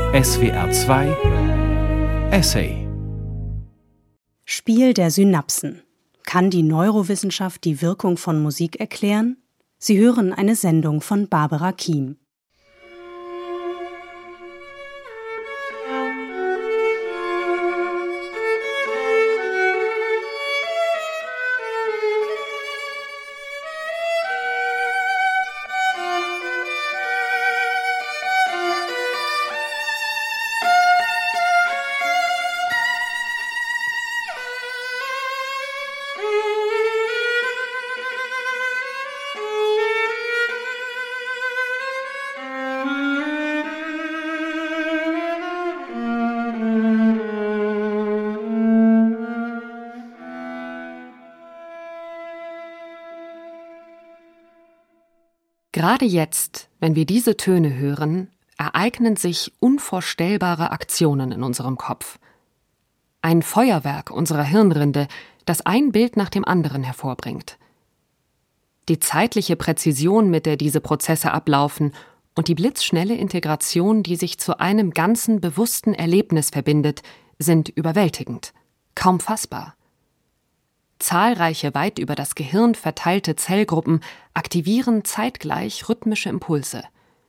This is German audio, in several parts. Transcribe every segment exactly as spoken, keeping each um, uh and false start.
S W R zwei Essay. Spiel der Synapsen. Kann die Neurowissenschaft die Wirkung von Musik erklären? Sie hören eine Sendung von Barbara Kiem. Gerade jetzt, wenn wir diese Töne hören, ereignen sich unvorstellbare Aktionen in unserem Kopf. Ein Feuerwerk unserer Hirnrinde, das ein Bild nach dem anderen hervorbringt. Die zeitliche Präzision, mit der diese Prozesse ablaufen, und die blitzschnelle Integration, die sich zu einem ganzen bewussten Erlebnis verbindet, sind überwältigend, kaum fassbar. Zahlreiche, weit über das Gehirn verteilte Zellgruppen aktivieren zeitgleich rhythmische Impulse.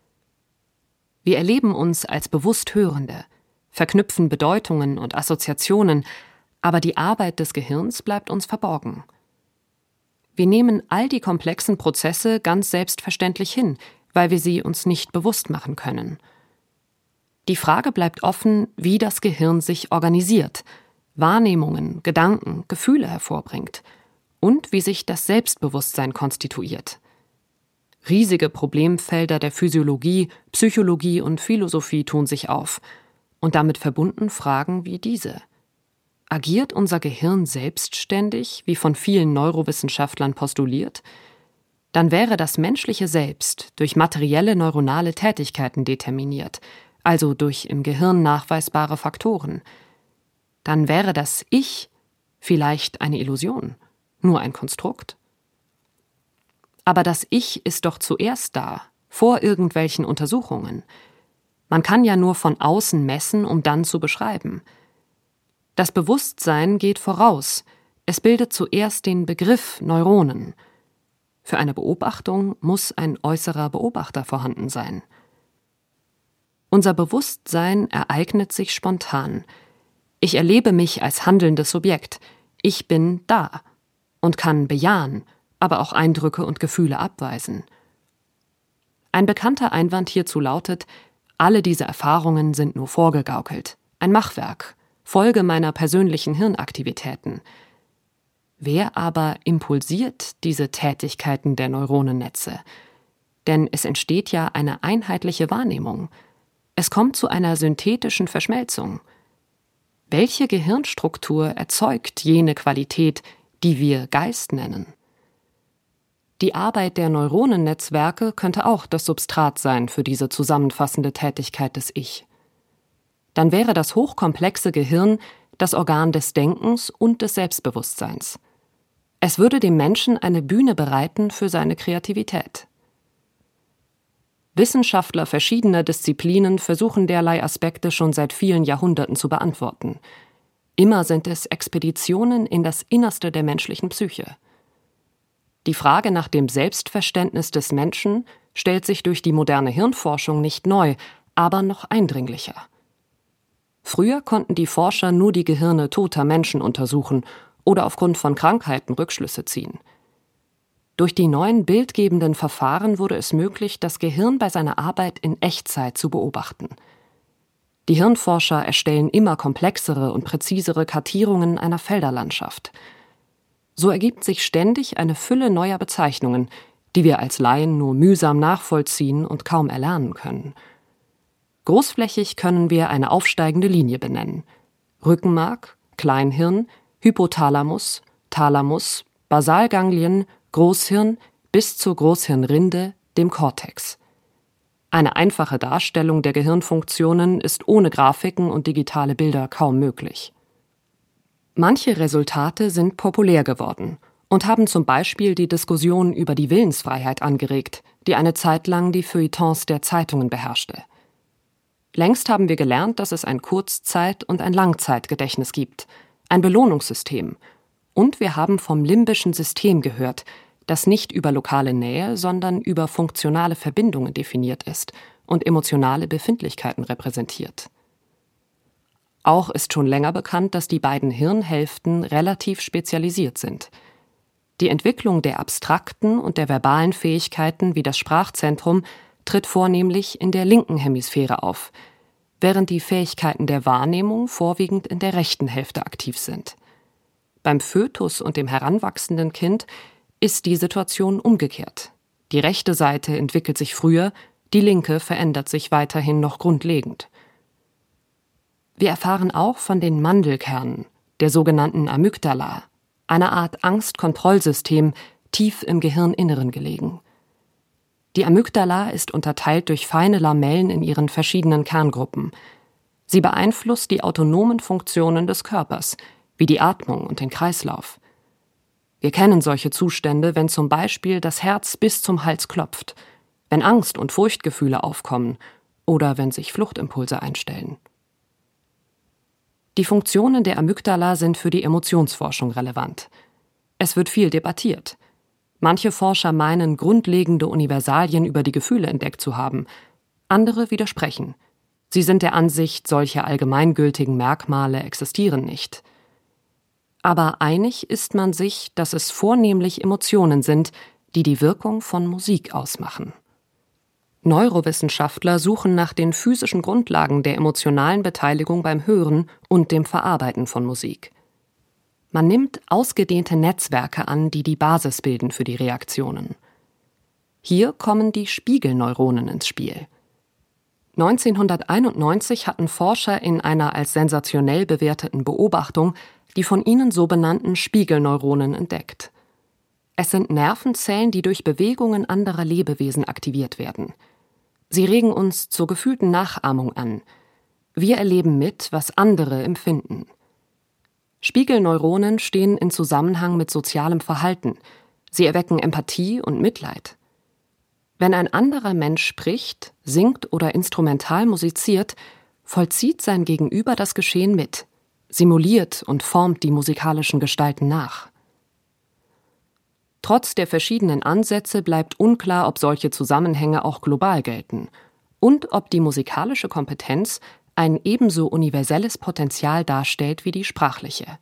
Wir erleben uns als bewusst Hörende, verknüpfen Bedeutungen und Assoziationen, aber die Arbeit des Gehirns bleibt uns verborgen. Wir nehmen all die komplexen Prozesse ganz selbstverständlich hin, weil wir sie uns nicht bewusst machen können. Die Frage bleibt offen, wie das Gehirn sich organisiert, Wahrnehmungen, Gedanken, Gefühle hervorbringt und wie sich das Selbstbewusstsein konstituiert. Riesige Problemfelder der Physiologie, Psychologie und Philosophie tun sich auf und damit verbunden Fragen wie diese. Agiert unser Gehirn selbstständig, wie von vielen Neurowissenschaftlern postuliert? Dann wäre das menschliche Selbst durch materielle neuronale Tätigkeiten determiniert, also durch im Gehirn nachweisbare Faktoren. Dann wäre das Ich vielleicht eine Illusion, nur ein Konstrukt. Aber das Ich ist doch zuerst da, vor irgendwelchen Untersuchungen. Man kann ja nur von außen messen, um dann zu beschreiben. Das Bewusstsein geht voraus, es bildet zuerst den Begriff Neuronen. Für eine Beobachtung muss ein äußerer Beobachter vorhanden sein. Unser Bewusstsein ereignet sich spontan. Ich erlebe mich als handelndes Subjekt. Ich bin da und kann bejahen, aber auch Eindrücke und Gefühle abweisen. Ein bekannter Einwand hierzu lautet, alle diese Erfahrungen sind nur vorgegaukelt, ein Machwerk, Folge meiner persönlichen Hirnaktivitäten. Wer aber impulsiert diese Tätigkeiten der Neuronennetze? Denn es entsteht ja eine einheitliche Wahrnehmung. Es kommt zu einer synthetischen Verschmelzung. Welche Gehirnstruktur erzeugt jene Qualität, die wir Geist nennen? Die Arbeit der Neuronennetzwerke könnte auch das Substrat sein für diese zusammenfassende Tätigkeit des Ich. Dann wäre das hochkomplexe Gehirn das Organ des Denkens und des Selbstbewusstseins. Es würde dem Menschen eine Bühne bereiten für seine Kreativität. Wissenschaftler verschiedener Disziplinen versuchen derlei Aspekte schon seit vielen Jahrhunderten zu beantworten. Immer sind es Expeditionen in das Innerste der menschlichen Psyche. Die Frage nach dem Selbstverständnis des Menschen stellt sich durch die moderne Hirnforschung nicht neu, aber noch eindringlicher. Früher konnten die Forscher nur die Gehirne toter Menschen untersuchen oder aufgrund von Krankheiten Rückschlüsse ziehen. Durch die neuen bildgebenden Verfahren wurde es möglich, das Gehirn bei seiner Arbeit in Echtzeit zu beobachten. Die Hirnforscher erstellen immer komplexere und präzisere Kartierungen einer Felderlandschaft. So ergibt sich ständig eine Fülle neuer Bezeichnungen, die wir als Laien nur mühsam nachvollziehen und kaum erlernen können. Großflächig können wir eine aufsteigende Linie benennen. Rückenmark, Kleinhirn, Hypothalamus, Thalamus, Basalganglien, Großhirn bis zur Großhirnrinde, dem Kortex. Eine einfache Darstellung der Gehirnfunktionen ist ohne Grafiken und digitale Bilder kaum möglich. Manche Resultate sind populär geworden und haben zum Beispiel die Diskussion über die Willensfreiheit angeregt, die eine Zeit lang die Feuilletons der Zeitungen beherrschte. Längst haben wir gelernt, dass es ein Kurzzeit- und ein Langzeitgedächtnis gibt, ein Belohnungssystem. Und wir haben vom limbischen System gehört, das nicht über lokale Nähe, sondern über funktionale Verbindungen definiert ist und emotionale Befindlichkeiten repräsentiert. Auch ist schon länger bekannt, dass die beiden Hirnhälften relativ spezialisiert sind. Die Entwicklung der abstrakten und der verbalen Fähigkeiten wie das Sprachzentrum tritt vornehmlich in der linken Hemisphäre auf, während die Fähigkeiten der Wahrnehmung vorwiegend in der rechten Hälfte aktiv sind. Beim Fötus und dem heranwachsenden Kind ist die Situation umgekehrt. Die rechte Seite entwickelt sich früher, die linke verändert sich weiterhin noch grundlegend. Wir erfahren auch von den Mandelkernen, der sogenannten Amygdala, einer Art Angstkontrollsystem tief im Gehirninneren gelegen. Die Amygdala ist unterteilt durch feine Lamellen in ihren verschiedenen Kerngruppen. Sie beeinflusst die autonomen Funktionen des Körpers, wie die Atmung und den Kreislauf. Wir kennen solche Zustände, wenn zum Beispiel das Herz bis zum Hals klopft, wenn Angst- und Furchtgefühle aufkommen oder wenn sich Fluchtimpulse einstellen. Die Funktionen der Amygdala sind für die Emotionsforschung relevant. Es wird viel debattiert. Manche Forscher meinen, grundlegende Universalien über die Gefühle entdeckt zu haben. Andere widersprechen. Sie sind der Ansicht, solche allgemeingültigen Merkmale existieren nicht. Aber einig ist man sich, dass es vornehmlich Emotionen sind, die die Wirkung von Musik ausmachen. Neurowissenschaftler suchen nach den physischen Grundlagen der emotionalen Beteiligung beim Hören und dem Verarbeiten von Musik. Man nimmt ausgedehnte Netzwerke an, die die Basis bilden für die Reaktionen. Hier kommen die Spiegelneuronen ins Spiel. neunzehnhunderteinundneunzig hatten Forscher in einer als sensationell bewerteten Beobachtung die von ihnen so benannten Spiegelneuronen entdeckt. Es sind Nervenzellen, die durch Bewegungen anderer Lebewesen aktiviert werden. Sie regen uns zur gefühlten Nachahmung an. Wir erleben mit, was andere empfinden. Spiegelneuronen stehen in Zusammenhang mit sozialem Verhalten. Sie erwecken Empathie und Mitleid. Wenn ein anderer Mensch spricht, singt oder instrumental musiziert, vollzieht sein Gegenüber das Geschehen mit, simuliert und formt die musikalischen Gestalten nach. Trotz der verschiedenen Ansätze bleibt unklar, ob solche Zusammenhänge auch global gelten und ob die musikalische Kompetenz ein ebenso universelles Potenzial darstellt wie die sprachliche.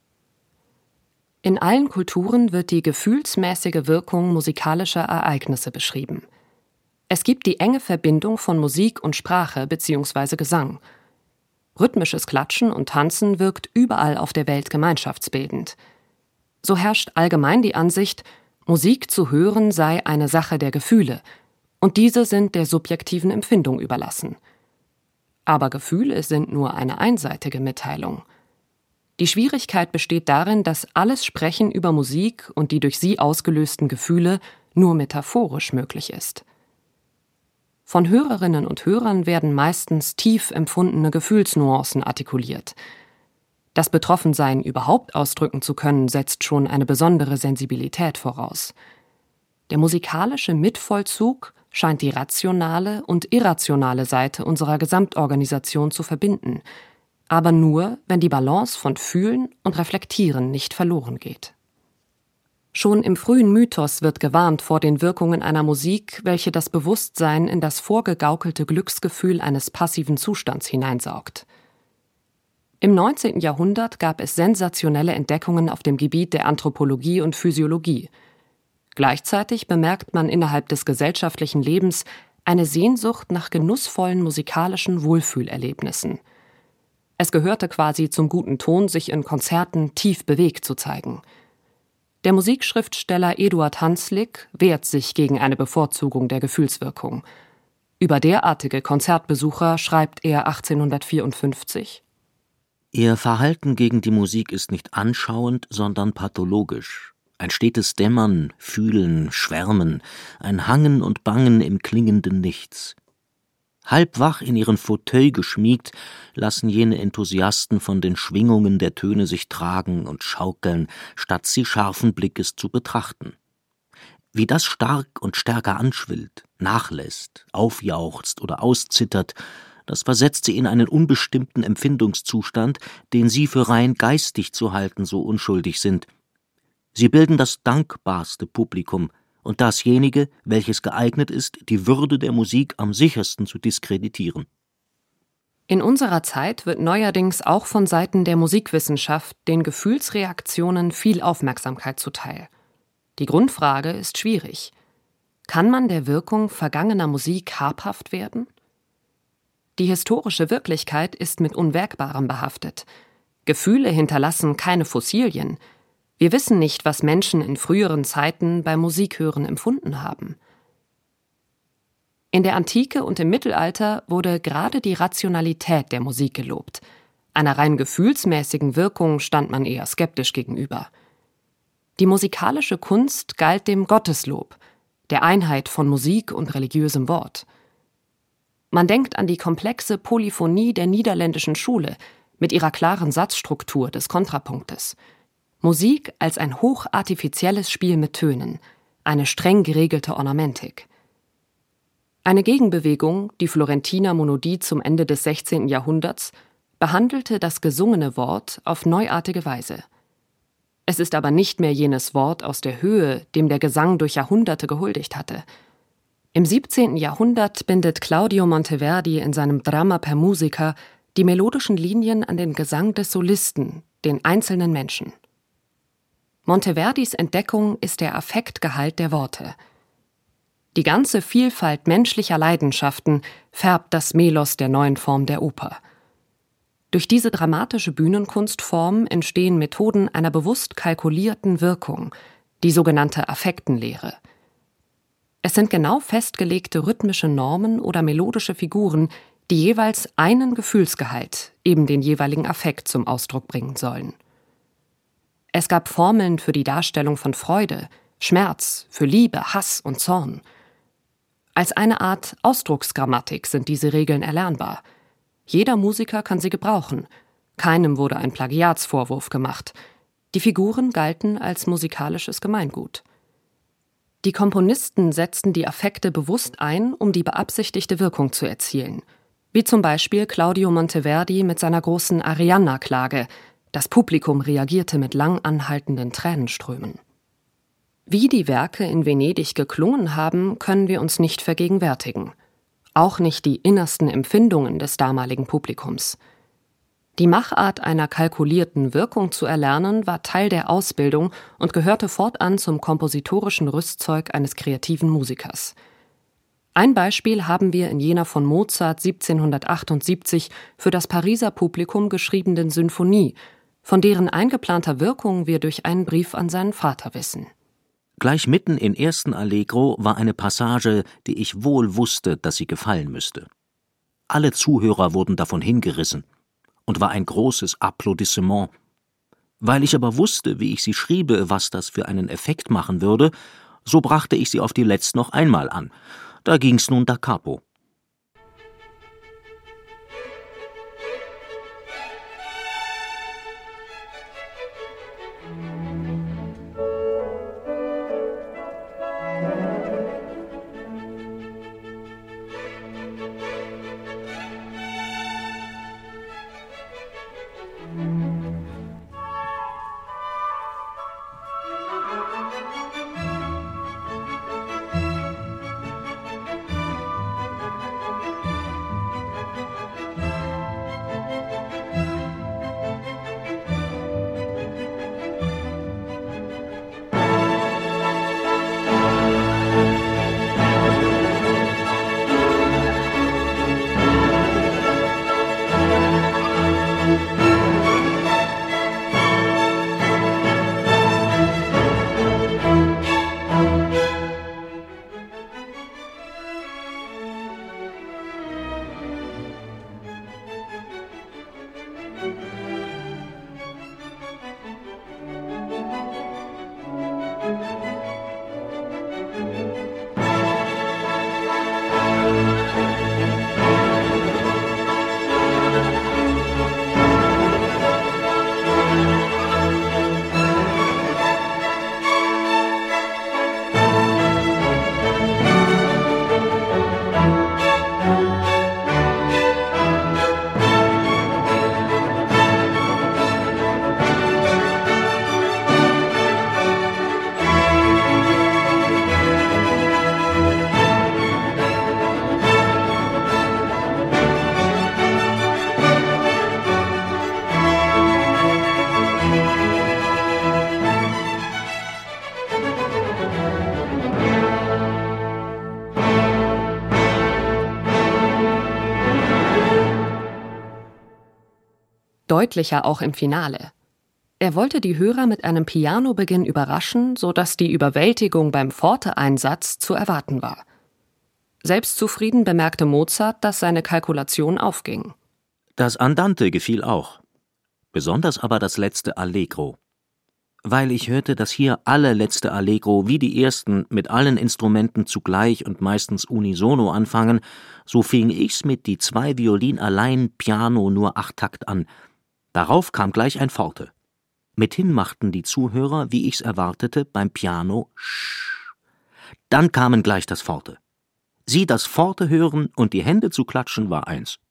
In allen Kulturen wird die gefühlsmäßige Wirkung musikalischer Ereignisse beschrieben. Es gibt die enge Verbindung von Musik und Sprache bzw. Gesang. Rhythmisches Klatschen und Tanzen wirkt überall auf der Welt gemeinschaftsbildend. So herrscht allgemein die Ansicht, Musik zu hören sei eine Sache der Gefühle, und diese sind der subjektiven Empfindung überlassen. Aber Gefühle sind nur eine einseitige Mitteilung. Die Schwierigkeit besteht darin, dass alles Sprechen über Musik und die durch sie ausgelösten Gefühle nur metaphorisch möglich ist. Von Hörerinnen und Hörern werden meistens tief empfundene Gefühlsnuancen artikuliert. Das Betroffensein überhaupt ausdrücken zu können, setzt schon eine besondere Sensibilität voraus. Der musikalische Mitvollzug scheint die rationale und irrationale Seite unserer Gesamtorganisation zu verbinden, aber nur, wenn die Balance von Fühlen und Reflektieren nicht verloren geht. Schon im frühen Mythos wird gewarnt vor den Wirkungen einer Musik, welche das Bewusstsein in das vorgegaukelte Glücksgefühl eines passiven Zustands hineinsaugt. Im neunzehnten Jahrhundert gab es sensationelle Entdeckungen auf dem Gebiet der Anthropologie und Physiologie. Gleichzeitig bemerkt man innerhalb des gesellschaftlichen Lebens eine Sehnsucht nach genussvollen musikalischen Wohlfühlerlebnissen. Es gehörte quasi zum guten Ton, sich in Konzerten tief bewegt zu zeigen. Der Musikschriftsteller Eduard Hanslick wehrt sich gegen eine Bevorzugung der Gefühlswirkung. Über derartige Konzertbesucher schreibt er achtzehnhundertvierundfünfzig: Ihr Verhalten gegen die Musik ist nicht anschauend, sondern pathologisch. Ein stetes Dämmern, Fühlen, Schwärmen, ein Hangen und Bangen im klingenden Nichts. Halb wach in ihren Fauteuil geschmiegt, lassen jene Enthusiasten von den Schwingungen der Töne sich tragen und schaukeln, statt sie scharfen Blickes zu betrachten. Wie das stark und stärker anschwillt, nachlässt, aufjauchzt oder auszittert, Das versetzt sie in einen unbestimmten Empfindungszustand, den sie für rein geistig zu halten so unschuldig sind. Sie bilden das dankbarste Publikum und dasjenige, welches geeignet ist, die Würde der Musik am sichersten zu diskreditieren. In unserer Zeit wird neuerdings auch von Seiten der Musikwissenschaft den Gefühlsreaktionen viel Aufmerksamkeit zuteil. Die Grundfrage ist schwierig. Kann man der Wirkung vergangener Musik habhaft werden? Die historische Wirklichkeit ist mit Unwägbarem behaftet. Gefühle hinterlassen keine Fossilien. Wir wissen nicht, was Menschen in früheren Zeiten beim Musikhören empfunden haben. In der Antike und im Mittelalter wurde gerade die Rationalität der Musik gelobt. Einer rein gefühlsmäßigen Wirkung stand man eher skeptisch gegenüber. Die musikalische Kunst galt dem Gotteslob, der Einheit von Musik und religiösem Wort. Man denkt an die komplexe Polyphonie der niederländischen Schule mit ihrer klaren Satzstruktur des Kontrapunktes. Musik als ein hochartifizielles Spiel mit Tönen, eine streng geregelte Ornamentik. Eine Gegenbewegung, die Florentiner Monodie zum Ende des sechzehnten Jahrhunderts, behandelte das gesungene Wort auf neuartige Weise. Es ist aber nicht mehr jenes Wort aus der Höhe, dem der Gesang durch Jahrhunderte gehuldigt hatte. Im siebzehnten Jahrhundert bindet Claudio Monteverdi in seinem Drama per Musica die melodischen Linien an den Gesang des Solisten, den einzelnen Menschen. Monteverdis Entdeckung ist der Affektgehalt der Worte. Die ganze Vielfalt menschlicher Leidenschaften färbt das Melos der neuen Form der Oper. Durch diese dramatische Bühnenkunstform entstehen Methoden einer bewusst kalkulierten Wirkung, die sogenannte Affektenlehre. Es sind genau festgelegte rhythmische Normen oder melodische Figuren, die jeweils einen Gefühlsgehalt, eben den jeweiligen Affekt, zum Ausdruck bringen sollen. Es gab Formeln für die Darstellung von Freude, Schmerz, für Liebe, Hass und Zorn. Als eine Art Ausdrucksgrammatik sind diese Regeln erlernbar. Jeder Musiker kann sie gebrauchen. Keinem wurde ein Plagiatsvorwurf gemacht. Die Figuren galten als musikalisches Gemeingut. Die Komponisten setzten die Affekte bewusst ein, um die beabsichtigte Wirkung zu erzielen. Wie zum Beispiel Claudio Monteverdi mit seiner großen Arianna-Klage. Das Publikum reagierte mit lang anhaltenden Tränenströmen. Wie die Werke in Venedig geklungen haben, können wir uns nicht vergegenwärtigen. Auch nicht die innersten Empfindungen des damaligen Publikums. Die Machart einer kalkulierten Wirkung zu erlernen, war Teil der Ausbildung und gehörte fortan zum kompositorischen Rüstzeug eines kreativen Musikers. Ein Beispiel haben wir in jener von Mozart siebzehnhundertachtundsiebzig für das Pariser Publikum geschriebenen Sinfonie, von deren eingeplanter Wirkung wir durch einen Brief an seinen Vater wissen. Gleich mitten im ersten Allegro war eine Passage, die ich wohl wusste, dass sie gefallen müsste. Alle Zuhörer wurden davon hingerissen und war ein großes Applaudissement. Weil ich aber wusste, wie ich sie schriebe, was das für einen Effekt machen würde, so brachte ich sie auf die Letzt noch einmal an. Da ging's nun da capo. Deutlicher auch im Finale. Er wollte die Hörer mit einem Pianobeginn überraschen, sodass die Überwältigung beim Forte-Einsatz zu erwarten war. Selbstzufrieden bemerkte Mozart, dass seine Kalkulation aufging. Das Andante gefiel auch. Besonders aber das letzte Allegro. Weil ich hörte, dass hier alle letzte Allegro wie die ersten mit allen Instrumenten zugleich und meistens unisono anfangen, so fing ich's mit die zwei Violin allein, Piano nur Achttakt an. Darauf kam gleich ein Forte. Mithin machten die Zuhörer, wie ich's erwartete, beim Piano Sch. Dann kamen gleich das Forte. Sie das Forte hören und die Hände zu klatschen war eins.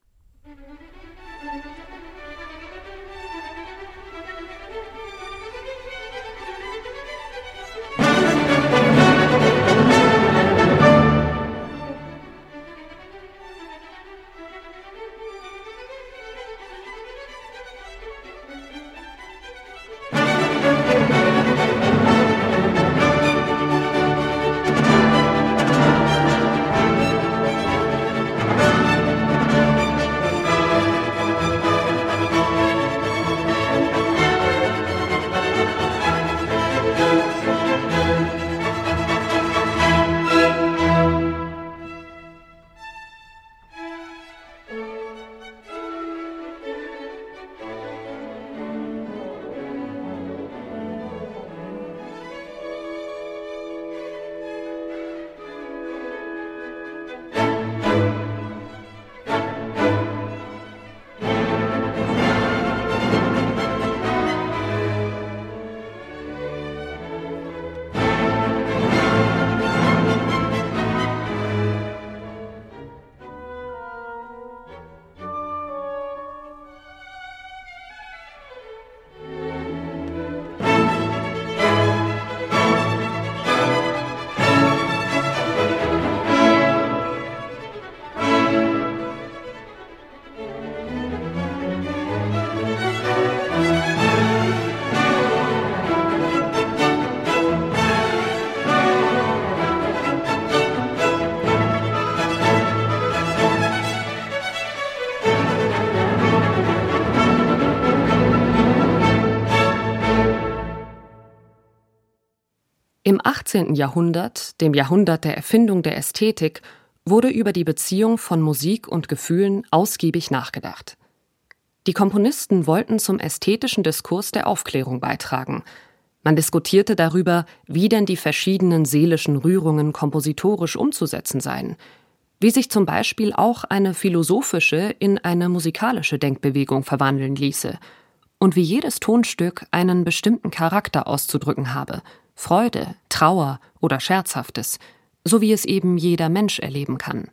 Im achtzehnten Jahrhundert, dem Jahrhundert der Erfindung der Ästhetik, wurde über die Beziehung von Musik und Gefühlen ausgiebig nachgedacht. Die Komponisten wollten zum ästhetischen Diskurs der Aufklärung beitragen. Man diskutierte darüber, wie denn die verschiedenen seelischen Rührungen kompositorisch umzusetzen seien, wie sich zum Beispiel auch eine philosophische in eine musikalische Denkbewegung verwandeln ließe und wie jedes Tonstück einen bestimmten Charakter auszudrücken habe, Freude, Trauer oder Scherzhaftes, so wie es eben jeder Mensch erleben kann.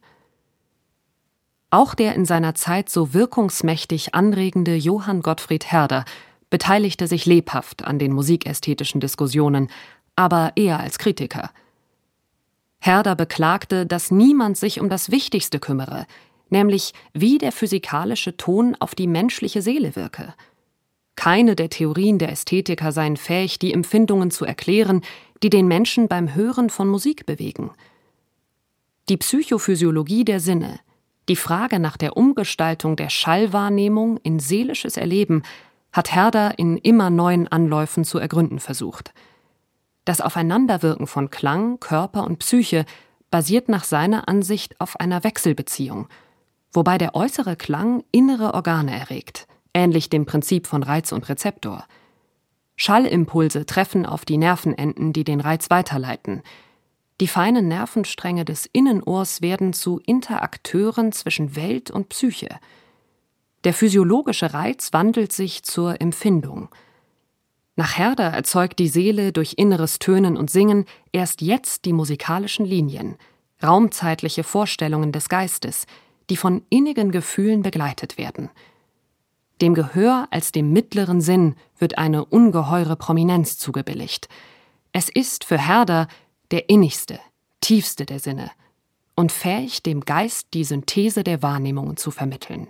Auch der in seiner Zeit so wirkungsmächtig anregende Johann Gottfried Herder beteiligte sich lebhaft an den musikästhetischen Diskussionen, aber eher als Kritiker. Herder beklagte, dass niemand sich um das Wichtigste kümmere, nämlich wie der physikalische Ton auf die menschliche Seele wirke. Keine der Theorien der Ästhetiker seien fähig, die Empfindungen zu erklären, die den Menschen beim Hören von Musik bewegen. Die Psychophysiologie der Sinne, die Frage nach der Umgestaltung der Schallwahrnehmung in seelisches Erleben, hat Herder in immer neuen Anläufen zu ergründen versucht. Das Aufeinanderwirken von Klang, Körper und Psyche basiert nach seiner Ansicht auf einer Wechselbeziehung, wobei der äußere Klang innere Organe erregt, ähnlich dem Prinzip von Reiz und Rezeptor. Schallimpulse treffen auf die Nervenenden, die den Reiz weiterleiten. Die feinen Nervenstränge des Innenohrs werden zu Interakteuren zwischen Welt und Psyche. Der physiologische Reiz wandelt sich zur Empfindung. Nach Herder erzeugt die Seele durch inneres Tönen und Singen erst jetzt die musikalischen Linien, raumzeitliche Vorstellungen des Geistes, die von innigen Gefühlen begleitet werden. Dem Gehör als dem mittleren Sinn wird eine ungeheure Prominenz zugebilligt. Es ist für Herder der innigste, tiefste der Sinne und fähig, dem Geist die Synthese der Wahrnehmungen zu vermitteln.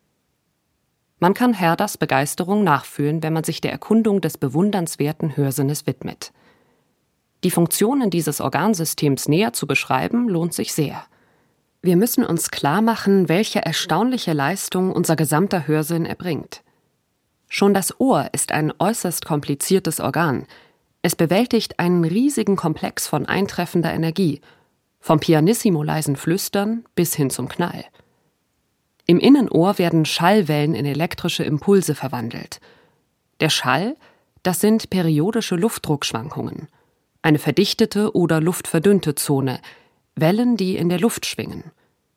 Man kann Herders Begeisterung nachfühlen, wenn man sich der Erkundung des bewundernswerten Hörsinnes widmet. Die Funktionen dieses Organsystems näher zu beschreiben, lohnt sich sehr. Wir müssen uns klar machen, welche erstaunliche Leistung unser gesamter Hörsinn erbringt. Schon das Ohr ist ein äußerst kompliziertes Organ. Es bewältigt einen riesigen Komplex von eintreffender Energie, vom pianissimo leisen Flüstern bis hin zum Knall. Im Innenohr werden Schallwellen in elektrische Impulse verwandelt. Der Schall, das sind periodische Luftdruckschwankungen, eine verdichtete oder luftverdünnte Zone, Wellen, die in der Luft schwingen.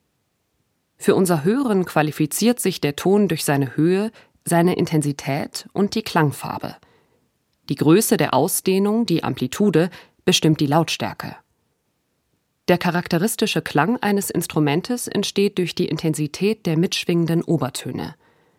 Für unser Hören qualifiziert sich der Ton durch seine Höhe, seine Intensität und die Klangfarbe. Die Größe der Ausdehnung, die Amplitude, bestimmt die Lautstärke. Der charakteristische Klang eines Instrumentes entsteht durch die Intensität der mitschwingenden Obertöne.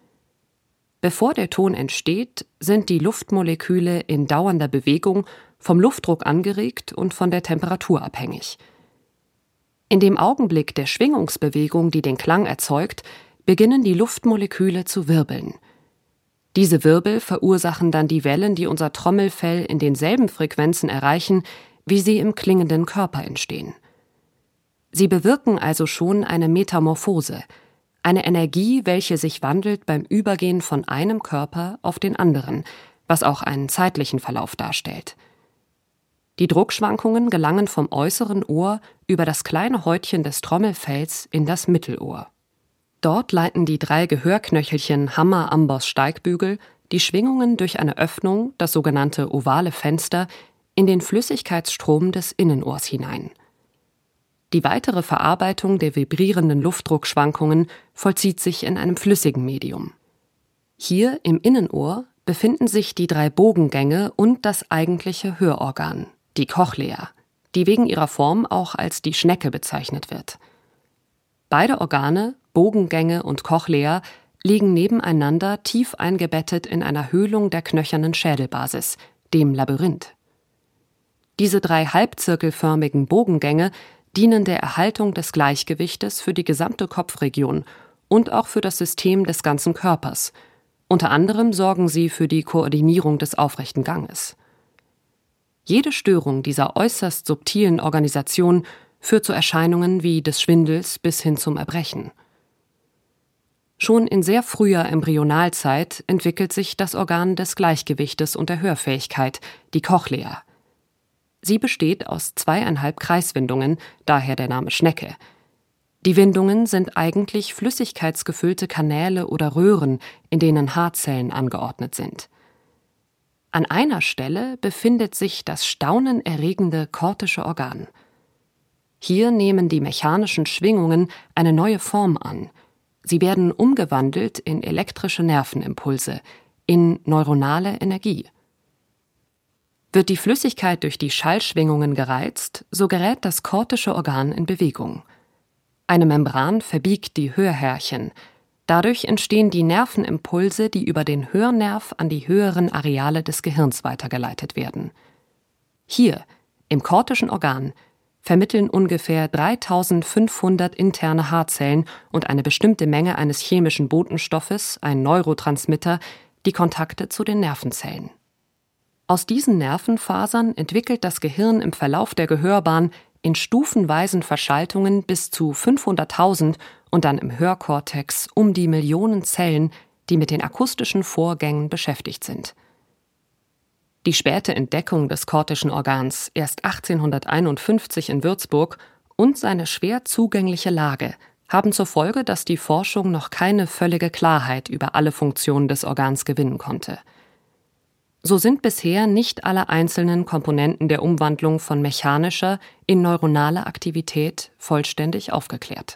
Bevor der Ton entsteht, sind die Luftmoleküle in dauernder Bewegung, vom Luftdruck angeregt und von der Temperatur abhängig. In dem Augenblick der Schwingungsbewegung, die den Klang erzeugt, beginnen die Luftmoleküle zu wirbeln. Diese Wirbel verursachen dann die Wellen, die unser Trommelfell in denselben Frequenzen erreichen, wie sie im klingenden Körper entstehen. Sie bewirken also schon eine Metamorphose, eine Energie, welche sich wandelt beim Übergehen von einem Körper auf den anderen, was auch einen zeitlichen Verlauf darstellt. Die Druckschwankungen gelangen vom äußeren Ohr über das kleine Häutchen des Trommelfells in das Mittelohr. Dort leiten die drei Gehörknöchelchen Hammer, Amboss, Steigbügel die Schwingungen durch eine Öffnung, das sogenannte ovale Fenster, in den Flüssigkeitsstrom des Innenohrs hinein. Die weitere Verarbeitung der vibrierenden Luftdruckschwankungen vollzieht sich in einem flüssigen Medium. Hier im Innenohr befinden sich die drei Bogengänge und das eigentliche Hörorgan, die Cochlea, die wegen ihrer Form auch als die Schnecke bezeichnet wird. Beide Organe, Bogengänge und Cochlea, liegen nebeneinander tief eingebettet in einer Höhlung der knöchernen Schädelbasis, dem Labyrinth. Diese drei halbzirkelförmigen Bogengänge dienen der Erhaltung des Gleichgewichtes für die gesamte Kopfregion und auch für das System des ganzen Körpers. Unter anderem sorgen sie für die Koordinierung des aufrechten Ganges. Jede Störung dieser äußerst subtilen Organisation führt zu Erscheinungen wie des Schwindels bis hin zum Erbrechen. Schon in sehr früher Embryonalzeit entwickelt sich das Organ des Gleichgewichtes und der Hörfähigkeit, die Cochlea. Sie besteht aus zweieinhalb Kreiswindungen, daher der Name Schnecke. Die Windungen sind eigentlich flüssigkeitsgefüllte Kanäle oder Röhren, in denen Haarzellen angeordnet sind. An einer Stelle befindet sich das staunenerregende kortische Organ. Hier nehmen die mechanischen Schwingungen eine neue Form an. Sie werden umgewandelt in elektrische Nervenimpulse, in neuronale Energie. Wird die Flüssigkeit durch die Schallschwingungen gereizt, so gerät das kortische Organ in Bewegung. Eine Membran verbiegt die Hörhärchen. Dadurch entstehen die Nervenimpulse, die über den Hörnerv an die höheren Areale des Gehirns weitergeleitet werden. Hier, im kortischen Organ, vermitteln ungefähr dreitausendfünfhundert interne Haarzellen und eine bestimmte Menge eines chemischen Botenstoffes, ein Neurotransmitter, die Kontakte zu den Nervenzellen. Aus diesen Nervenfasern entwickelt das Gehirn im Verlauf der Gehörbahn in stufenweisen Verschaltungen bis zu fünfhunderttausend und dann im Hörkortex um die Millionen Zellen, die mit den akustischen Vorgängen beschäftigt sind. Die späte Entdeckung des kortischen Organs erst achtzehnhunderteinundfünfzig in Würzburg und seine schwer zugängliche Lage haben zur Folge, dass die Forschung noch keine völlige Klarheit über alle Funktionen des Organs gewinnen konnte. So sind bisher nicht alle einzelnen Komponenten der Umwandlung von mechanischer in neuronale Aktivität vollständig aufgeklärt.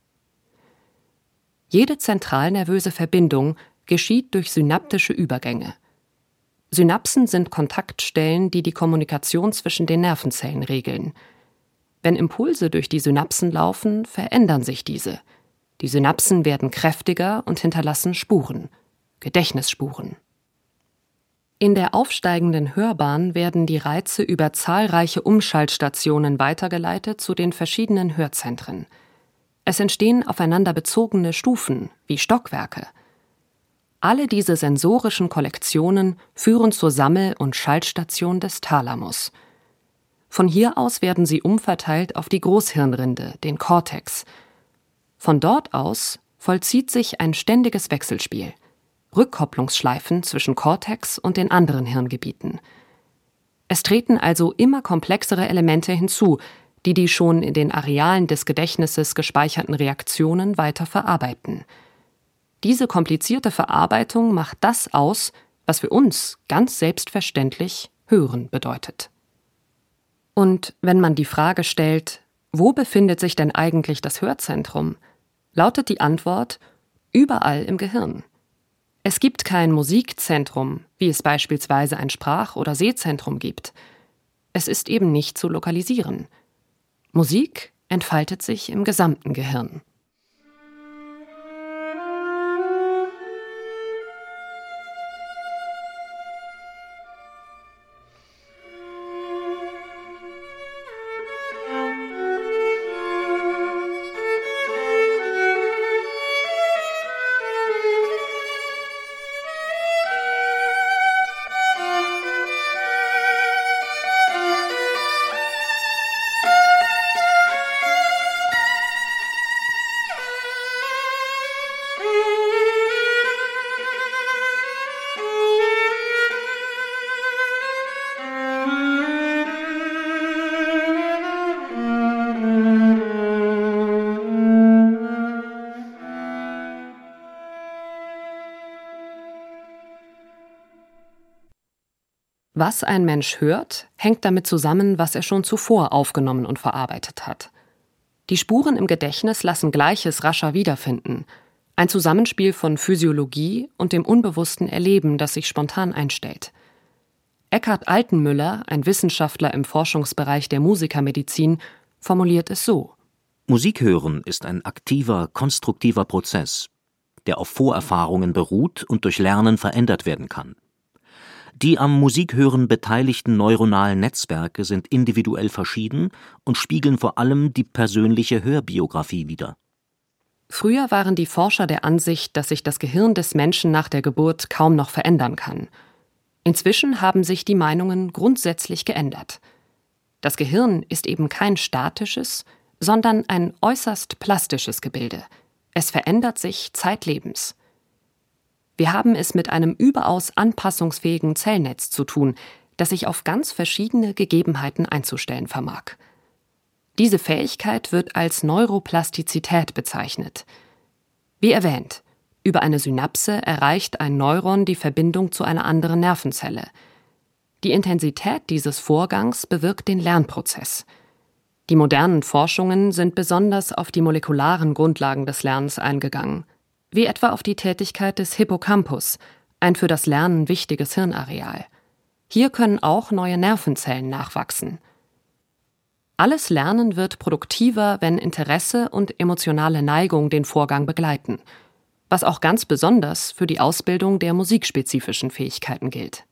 Jede zentralnervöse Verbindung geschieht durch synaptische Übergänge. Synapsen sind Kontaktstellen, die die Kommunikation zwischen den Nervenzellen regeln. Wenn Impulse durch die Synapsen laufen, verändern sich diese. Die Synapsen werden kräftiger und hinterlassen Spuren, Gedächtnisspuren. In der aufsteigenden Hörbahn werden die Reize über zahlreiche Umschaltstationen weitergeleitet zu den verschiedenen Hörzentren. Es entstehen aufeinander bezogene Stufen wie Stockwerke. Alle diese sensorischen Kollektionen führen zur Sammel- und Schaltstation des Thalamus. Von hier aus werden sie umverteilt auf die Großhirnrinde, den Kortex. Von dort aus vollzieht sich ein ständiges Wechselspiel. Rückkopplungsschleifen zwischen Kortex und den anderen Hirngebieten. Es treten also immer komplexere Elemente hinzu, die die schon in den Arealen des Gedächtnisses gespeicherten Reaktionen weiter verarbeiten. Diese komplizierte Verarbeitung macht das aus, was für uns ganz selbstverständlich Hören bedeutet. Und wenn man die Frage stellt, wo befindet sich denn eigentlich das Hörzentrum, lautet die Antwort: überall im Gehirn. Es gibt kein Musikzentrum, wie es beispielsweise ein Sprach- oder Sehzentrum gibt. Es ist eben nicht zu lokalisieren. Musik entfaltet sich im gesamten Gehirn. Was ein Mensch hört, hängt damit zusammen, was er schon zuvor aufgenommen und verarbeitet hat. Die Spuren im Gedächtnis lassen Gleiches rascher wiederfinden. Ein Zusammenspiel von Physiologie und dem unbewussten Erleben, das sich spontan einstellt. Eckhard Altenmüller, ein Wissenschaftler im Forschungsbereich der Musikermedizin, formuliert es so: Musik hören ist ein aktiver, konstruktiver Prozess, der auf Vorerfahrungen beruht und durch Lernen verändert werden kann. Die am Musikhören beteiligten neuronalen Netzwerke sind individuell verschieden und spiegeln vor allem die persönliche Hörbiografie wider. Früher waren die Forscher der Ansicht, dass sich das Gehirn des Menschen nach der Geburt kaum noch verändern kann. Inzwischen haben sich die Meinungen grundsätzlich geändert. Das Gehirn ist eben kein statisches, sondern ein äußerst plastisches Gebilde. Es verändert sich zeitlebens. Wir haben es mit einem überaus anpassungsfähigen Zellnetz zu tun, das sich auf ganz verschiedene Gegebenheiten einzustellen vermag. Diese Fähigkeit wird als Neuroplastizität bezeichnet. Wie erwähnt, über eine Synapse erreicht ein Neuron die Verbindung zu einer anderen Nervenzelle. Die Intensität dieses Vorgangs bewirkt den Lernprozess. Die modernen Forschungen sind besonders auf die molekularen Grundlagen des Lernens eingegangen, wie etwa auf die Tätigkeit des Hippocampus, ein für das Lernen wichtiges Hirnareal. Hier können auch neue Nervenzellen nachwachsen. Alles Lernen wird produktiver, wenn Interesse und emotionale Neigung den Vorgang begleiten, was auch ganz besonders für die Ausbildung der musikspezifischen Fähigkeiten gilt.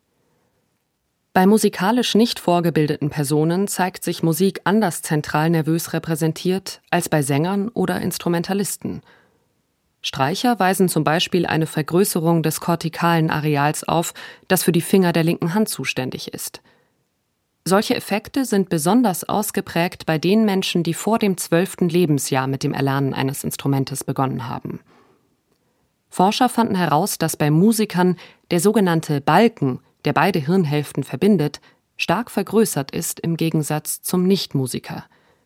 Bei musikalisch nicht vorgebildeten Personen zeigt sich Musik anders zentral nervös repräsentiert als bei Sängern oder Instrumentalisten. Streicher weisen zum Beispiel eine Vergrößerung des kortikalen Areals auf, das für die Finger der linken Hand zuständig ist. Solche Effekte sind besonders ausgeprägt bei den Menschen, die vor dem zwölften Lebensjahr mit dem Erlernen eines Instrumentes begonnen haben. Forscher fanden heraus, dass bei Musikern der sogenannte Balken, der beide Hirnhälften verbindet, stark vergrößert ist im Gegensatz zum Nichtmusiker.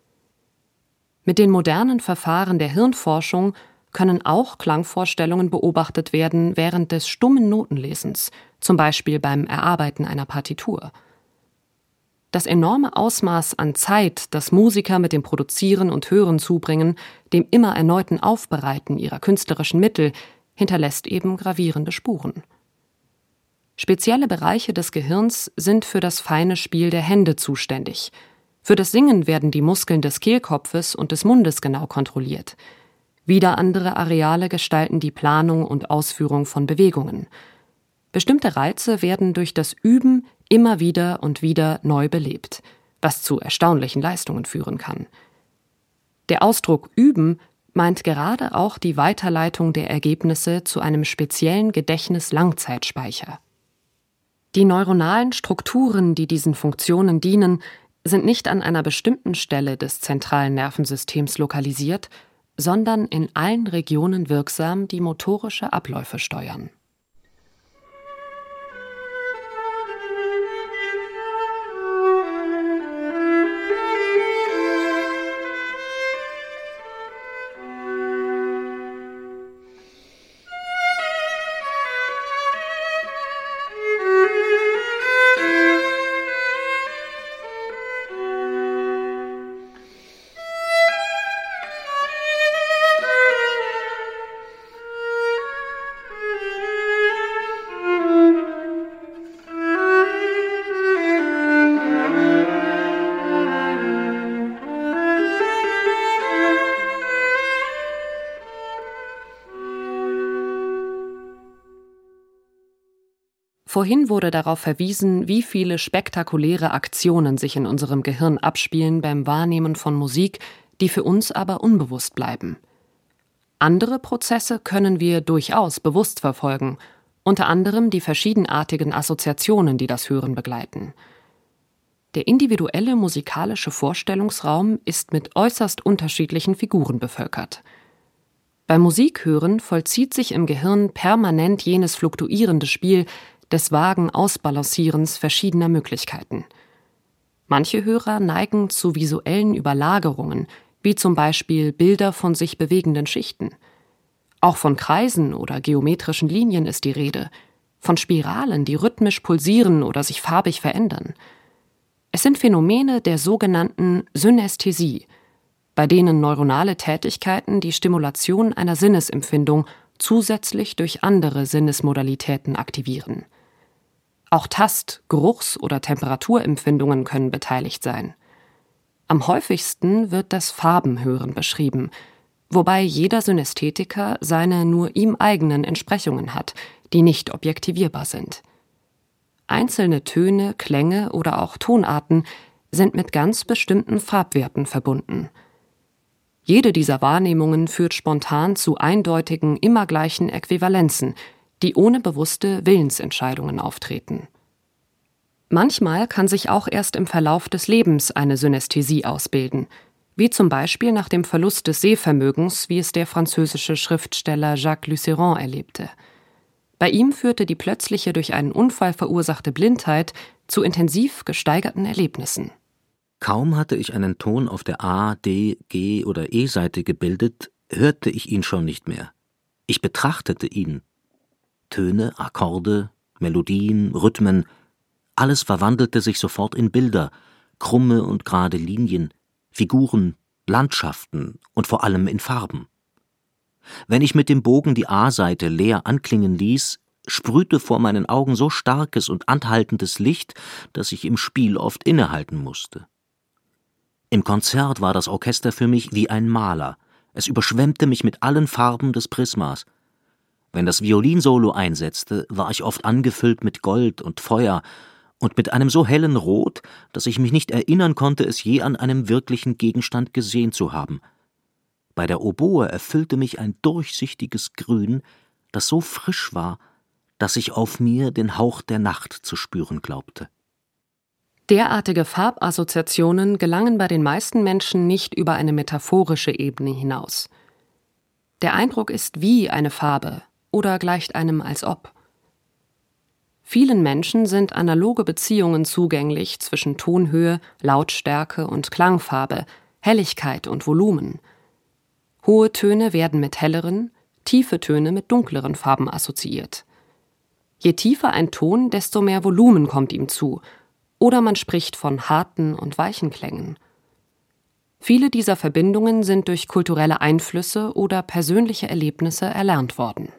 Mit den modernen Verfahren der Hirnforschung können auch Klangvorstellungen beobachtet werden während des stummen Notenlesens, zum Beispiel beim Erarbeiten einer Partitur. Das enorme Ausmaß an Zeit, das Musiker mit dem Produzieren und Hören zubringen, dem immer erneuten Aufbereiten ihrer künstlerischen Mittel, hinterlässt eben gravierende Spuren. Spezielle Bereiche des Gehirns sind für das feine Spiel der Hände zuständig. Für das Singen werden die Muskeln des Kehlkopfes und des Mundes genau kontrolliert. Wieder andere Areale gestalten die Planung und Ausführung von Bewegungen. Bestimmte Reize werden durch das Üben immer wieder und wieder neu belebt, was zu erstaunlichen Leistungen führen kann. Der Ausdruck üben meint gerade auch die Weiterleitung der Ergebnisse zu einem speziellen Gedächtnis-Langzeitspeicher. Die neuronalen Strukturen, die diesen Funktionen dienen, sind nicht an einer bestimmten Stelle des zentralen Nervensystems lokalisiert, sondern in allen Regionen wirksam, die motorische Abläufe steuern. Vorhin wurde darauf verwiesen, wie viele spektakuläre Aktionen sich in unserem Gehirn abspielen beim Wahrnehmen von Musik, die für uns aber unbewusst bleiben. Andere Prozesse können wir durchaus bewusst verfolgen, unter anderem die verschiedenartigen Assoziationen, die das Hören begleiten. Der individuelle musikalische Vorstellungsraum ist mit äußerst unterschiedlichen Figuren bevölkert. Beim Musikhören vollzieht sich im Gehirn permanent jenes fluktuierende Spiel des vagen Ausbalancierens verschiedener Möglichkeiten. Manche Hörer neigen zu visuellen Überlagerungen, wie zum Beispiel Bilder von sich bewegenden Schichten. Auch von Kreisen oder geometrischen Linien ist die Rede, von Spiralen, die rhythmisch pulsieren oder sich farbig verändern. Es sind Phänomene der sogenannten Synästhesie, bei denen neuronale Tätigkeiten die Stimulation einer Sinnesempfindung zusätzlich durch andere Sinnesmodalitäten aktivieren. Auch Tast-, Geruchs- oder Temperaturempfindungen können beteiligt sein. Am häufigsten wird das Farbenhören beschrieben, wobei jeder Synästhetiker seine nur ihm eigenen Entsprechungen hat, die nicht objektivierbar sind. Einzelne Töne, Klänge oder auch Tonarten sind mit ganz bestimmten Farbwerten verbunden. Jede dieser Wahrnehmungen führt spontan zu eindeutigen, immer gleichen Äquivalenzen, die ohne bewusste Willensentscheidungen auftreten. Manchmal kann sich auch erst im Verlauf des Lebens eine Synästhesie ausbilden, wie zum Beispiel nach dem Verlust des Sehvermögens, wie es der französische Schriftsteller Jacques Lucéron erlebte. Bei ihm führte die plötzliche durch einen Unfall verursachte Blindheit zu intensiv gesteigerten Erlebnissen. Kaum hatte ich einen Ton auf der A-, D-, G- oder E-Seite gebildet, hörte ich ihn schon nicht mehr. Ich betrachtete ihn. Töne, Akkorde, Melodien, Rhythmen, alles verwandelte sich sofort in Bilder, krumme und gerade Linien, Figuren, Landschaften und vor allem in Farben. Wenn ich mit dem Bogen die A-Seite leer anklingen ließ, sprühte vor meinen Augen so starkes und anhaltendes Licht, dass ich im Spiel oft innehalten musste. Im Konzert war das Orchester für mich wie ein Maler. Es überschwemmte mich mit allen Farben des Prismas. Wenn das Violinsolo einsetzte, war ich oft angefüllt mit Gold und Feuer und mit einem so hellen Rot, dass ich mich nicht erinnern konnte, es je an einem wirklichen Gegenstand gesehen zu haben. Bei der Oboe erfüllte mich ein durchsichtiges Grün, das so frisch war, dass ich auf mir den Hauch der Nacht zu spüren glaubte. Derartige Farbassoziationen gelangen bei den meisten Menschen nicht über eine metaphorische Ebene hinaus. Der Eindruck ist wie eine Farbe oder gleicht einem als ob. Vielen Menschen sind analoge Beziehungen zugänglich zwischen Tonhöhe, Lautstärke und Klangfarbe, Helligkeit und Volumen. Hohe Töne werden mit helleren, tiefe Töne mit dunkleren Farben assoziiert. Je tiefer ein Ton, desto mehr Volumen kommt ihm zu, oder man spricht von harten und weichen Klängen. Viele dieser Verbindungen sind durch kulturelle Einflüsse oder persönliche Erlebnisse erlernt worden.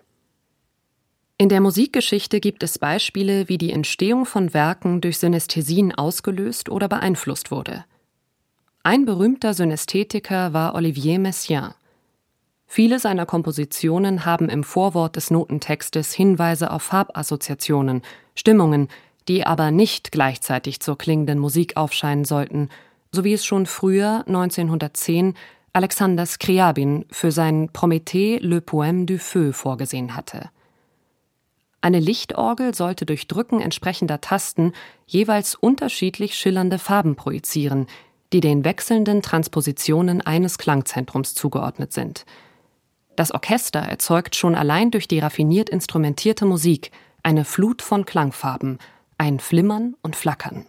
In der Musikgeschichte gibt es Beispiele, wie die Entstehung von Werken durch Synästhesien ausgelöst oder beeinflusst wurde. Ein berühmter Synästhetiker war Olivier Messiaen. Viele seiner Kompositionen haben im Vorwort des Notentextes Hinweise auf Farbassoziationen, Stimmungen, die aber nicht gleichzeitig zur klingenden Musik aufscheinen sollten, so wie es schon früher, neunzehnhundertzehn, Alexander Scriabin für sein Prométhée le Poème du Feu vorgesehen hatte. Eine Lichtorgel sollte durch Drücken entsprechender Tasten jeweils unterschiedlich schillernde Farben projizieren, die den wechselnden Transpositionen eines Klangzentrums zugeordnet sind. Das Orchester erzeugt schon allein durch die raffiniert instrumentierte Musik eine Flut von Klangfarben, ein Flimmern und Flackern.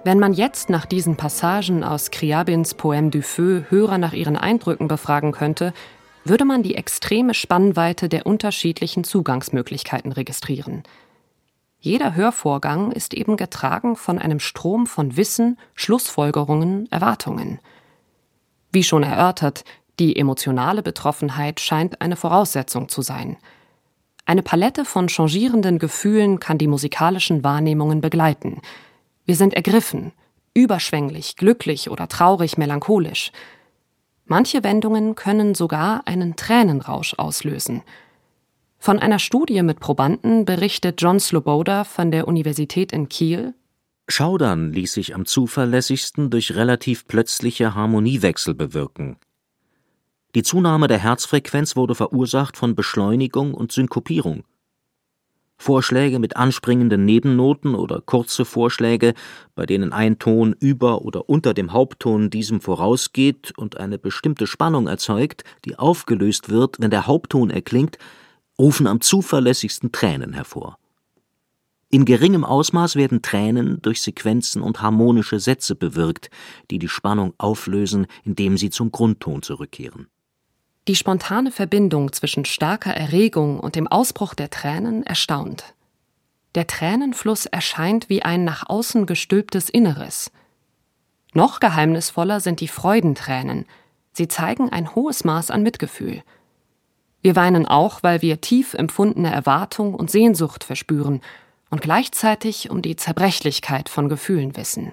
Wenn man jetzt nach diesen Passagen aus Scriabins Poème du Feu Hörer nach ihren Eindrücken befragen könnte, würde man die extreme Spannweite der unterschiedlichen Zugangsmöglichkeiten registrieren. Jeder Hörvorgang ist eben getragen von einem Strom von Wissen, Schlussfolgerungen, Erwartungen. Wie schon erörtert, die emotionale Betroffenheit scheint eine Voraussetzung zu sein. Eine Palette von changierenden Gefühlen kann die musikalischen Wahrnehmungen begleiten. Wir sind ergriffen, überschwänglich, glücklich oder traurig, melancholisch. Manche Wendungen können sogar einen Tränenrausch auslösen. Von einer Studie mit Probanden berichtet John Sloboda von der Universität in Kiel: Schaudern ließ sich am zuverlässigsten durch relativ plötzliche Harmoniewechsel bewirken. Die Zunahme der Herzfrequenz wurde verursacht von Beschleunigung und Synkopierung. Vorschläge mit anspringenden Nebennoten oder kurze Vorschläge, bei denen ein Ton über oder unter dem Hauptton diesem vorausgeht und eine bestimmte Spannung erzeugt, die aufgelöst wird, wenn der Hauptton erklingt, rufen am zuverlässigsten Tränen hervor. In geringem Ausmaß werden Tränen durch Sequenzen und harmonische Sätze bewirkt, die die Spannung auflösen, indem sie zum Grundton zurückkehren. Die spontane Verbindung zwischen starker Erregung und dem Ausbruch der Tränen erstaunt. Der Tränenfluss erscheint wie ein nach außen gestülptes Inneres. Noch geheimnisvoller sind die Freudentränen. Sie zeigen ein hohes Maß an Mitgefühl. Wir weinen auch, weil wir tief empfundene Erwartung und Sehnsucht verspüren und gleichzeitig um die Zerbrechlichkeit von Gefühlen wissen.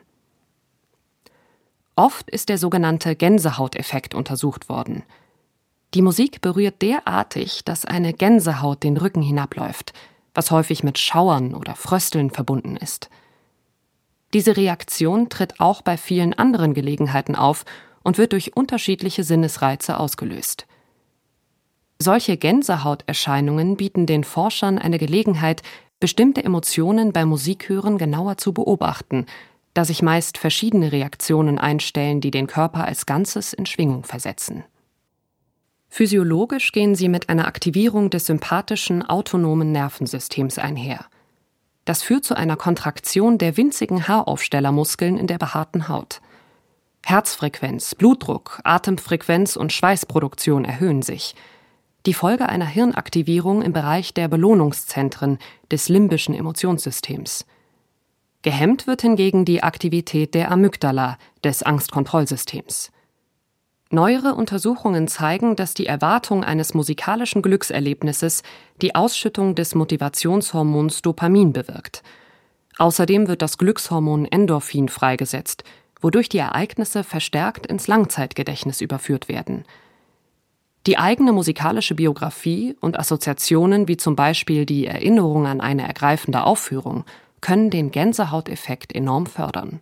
Oft ist der sogenannte Gänsehauteffekt untersucht worden. Die Musik berührt derartig, dass eine Gänsehaut den Rücken hinabläuft, was häufig mit Schauern oder Frösteln verbunden ist. Diese Reaktion tritt auch bei vielen anderen Gelegenheiten auf und wird durch unterschiedliche Sinnesreize ausgelöst. Solche Gänsehauterscheinungen bieten den Forschern eine Gelegenheit, bestimmte Emotionen beim Musikhören genauer zu beobachten, da sich meist verschiedene Reaktionen einstellen, die den Körper als Ganzes in Schwingung versetzen. Physiologisch gehen sie mit einer Aktivierung des sympathischen autonomen Nervensystems einher. Das führt zu einer Kontraktion der winzigen Haaraufstellermuskeln in der behaarten Haut. Herzfrequenz, Blutdruck, Atemfrequenz und Schweißproduktion erhöhen sich. Die Folge einer Hirnaktivierung im Bereich der Belohnungszentren des limbischen Emotionssystems. Gehemmt wird hingegen die Aktivität der Amygdala, des Angstkontrollsystems. Neuere Untersuchungen zeigen, dass die Erwartung eines musikalischen Glückserlebnisses die Ausschüttung des Motivationshormons Dopamin bewirkt. Außerdem wird das Glückshormon Endorphin freigesetzt, wodurch die Ereignisse verstärkt ins Langzeitgedächtnis überführt werden. Die eigene musikalische Biografie und Assoziationen, wie zum Beispiel die Erinnerung an eine ergreifende Aufführung, können den Gänsehauteffekt enorm fördern.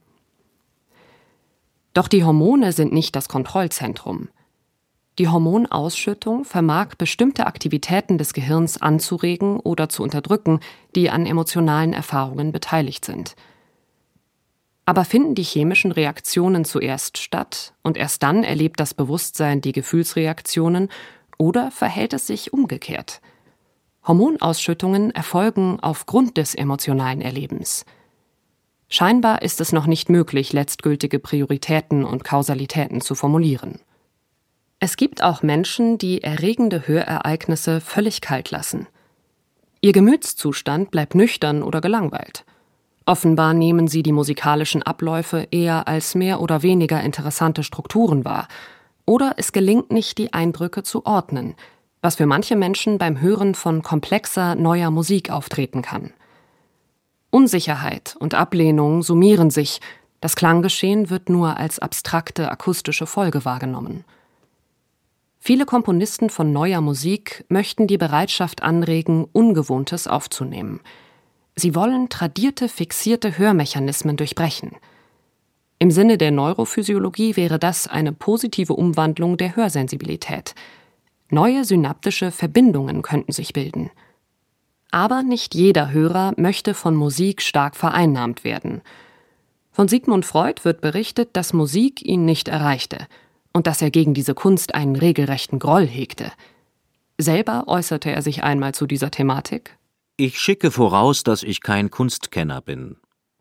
Doch die Hormone sind nicht das Kontrollzentrum. Die Hormonausschüttung vermag bestimmte Aktivitäten des Gehirns anzuregen oder zu unterdrücken, die an emotionalen Erfahrungen beteiligt sind. Aber finden die chemischen Reaktionen zuerst statt und erst dann erlebt das Bewusstsein die Gefühlsreaktionen, oder verhält es sich umgekehrt? Hormonausschüttungen erfolgen aufgrund des emotionalen Erlebens. Scheinbar ist es noch nicht möglich, letztgültige Prioritäten und Kausalitäten zu formulieren. Es gibt auch Menschen, die erregende Hörereignisse völlig kalt lassen. Ihr Gemütszustand bleibt nüchtern oder gelangweilt. Offenbar nehmen sie die musikalischen Abläufe eher als mehr oder weniger interessante Strukturen wahr, oder es gelingt nicht, die Eindrücke zu ordnen, was für manche Menschen beim Hören von komplexer, neuer Musik auftreten kann. Unsicherheit und Ablehnung summieren sich, das Klanggeschehen wird nur als abstrakte akustische Folge wahrgenommen. Viele Komponisten von neuer Musik möchten die Bereitschaft anregen, Ungewohntes aufzunehmen. Sie wollen tradierte, fixierte Hörmechanismen durchbrechen. Im Sinne der Neurophysiologie wäre das eine positive Umwandlung der Hörsensibilität. Neue synaptische Verbindungen könnten sich bilden. Aber nicht jeder Hörer möchte von Musik stark vereinnahmt werden. Von Sigmund Freud wird berichtet, dass Musik ihn nicht erreichte und dass er gegen diese Kunst einen regelrechten Groll hegte. Selber äußerte er sich einmal zu dieser Thematik: Ich schicke voraus, dass ich kein Kunstkenner bin.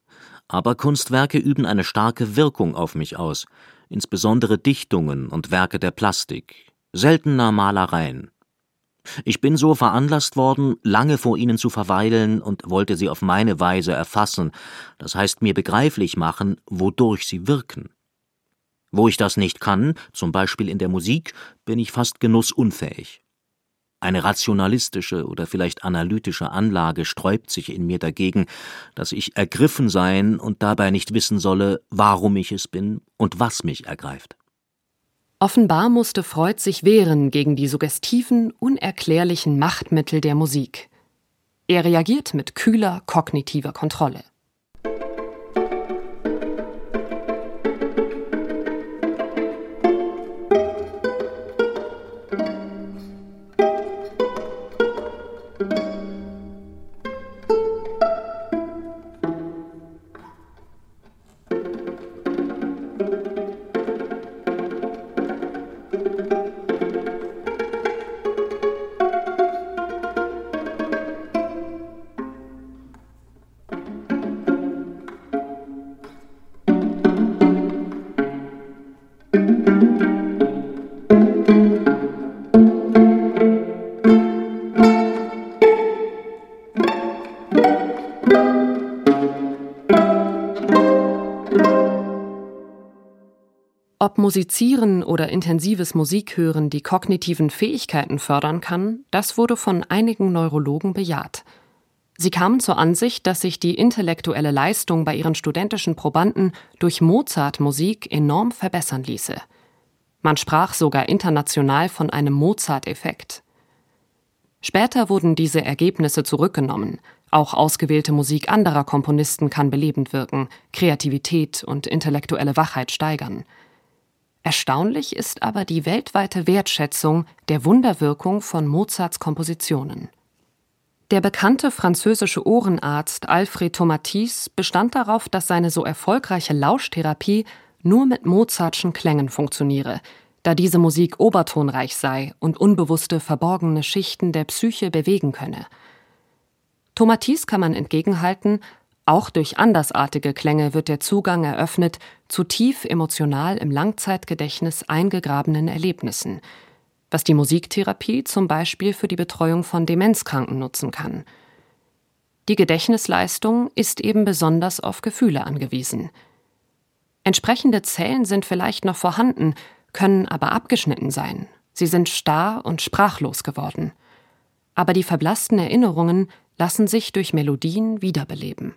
Aber Kunstwerke üben eine starke Wirkung auf mich aus, insbesondere Dichtungen und Werke der Plastik, seltener Malereien. Ich bin so veranlasst worden, lange vor ihnen zu verweilen und wollte sie auf meine Weise erfassen, das heißt mir begreiflich machen, wodurch sie wirken. Wo ich das nicht kann, zum Beispiel in der Musik, bin ich fast genussunfähig. Eine rationalistische oder vielleicht analytische Anlage sträubt sich in mir dagegen, dass ich ergriffen sein und dabei nicht wissen solle, warum ich es bin und was mich ergreift. Offenbar musste Freud sich wehren gegen die suggestiven, unerklärlichen Machtmittel der Musik. Er reagiert mit kühler, kognitiver Kontrolle. Ob Musizieren oder intensives Musikhören die kognitiven Fähigkeiten fördern kann, das wurde von einigen Neurologen bejaht. Sie kamen zur Ansicht, dass sich die intellektuelle Leistung bei ihren studentischen Probanden durch Mozart-Musik enorm verbessern ließe. Man sprach sogar international von einem Mozart-Effekt. Später wurden diese Ergebnisse zurückgenommen. Auch ausgewählte Musik anderer Komponisten kann belebend wirken, Kreativität und intellektuelle Wachheit steigern. Erstaunlich ist aber die weltweite Wertschätzung der Wunderwirkung von Mozarts Kompositionen. Der bekannte französische Ohrenarzt Alfred Tomatis bestand darauf, dass seine so erfolgreiche Lauschtherapie nur mit Mozartschen Klängen funktioniere, da diese Musik obertonreich sei und unbewusste, verborgene Schichten der Psyche bewegen könne. Tomatis kann man entgegenhalten, auch durch andersartige Klänge wird der Zugang eröffnet zu tief emotional im Langzeitgedächtnis eingegrabenen Erlebnissen, was die Musiktherapie zum Beispiel für die Betreuung von Demenzkranken nutzen kann. Die Gedächtnisleistung ist eben besonders auf Gefühle angewiesen. Entsprechende Zellen sind vielleicht noch vorhanden, können aber abgeschnitten sein. Sie sind starr und sprachlos geworden. Aber die verblassten Erinnerungen lassen sich durch Melodien wiederbeleben.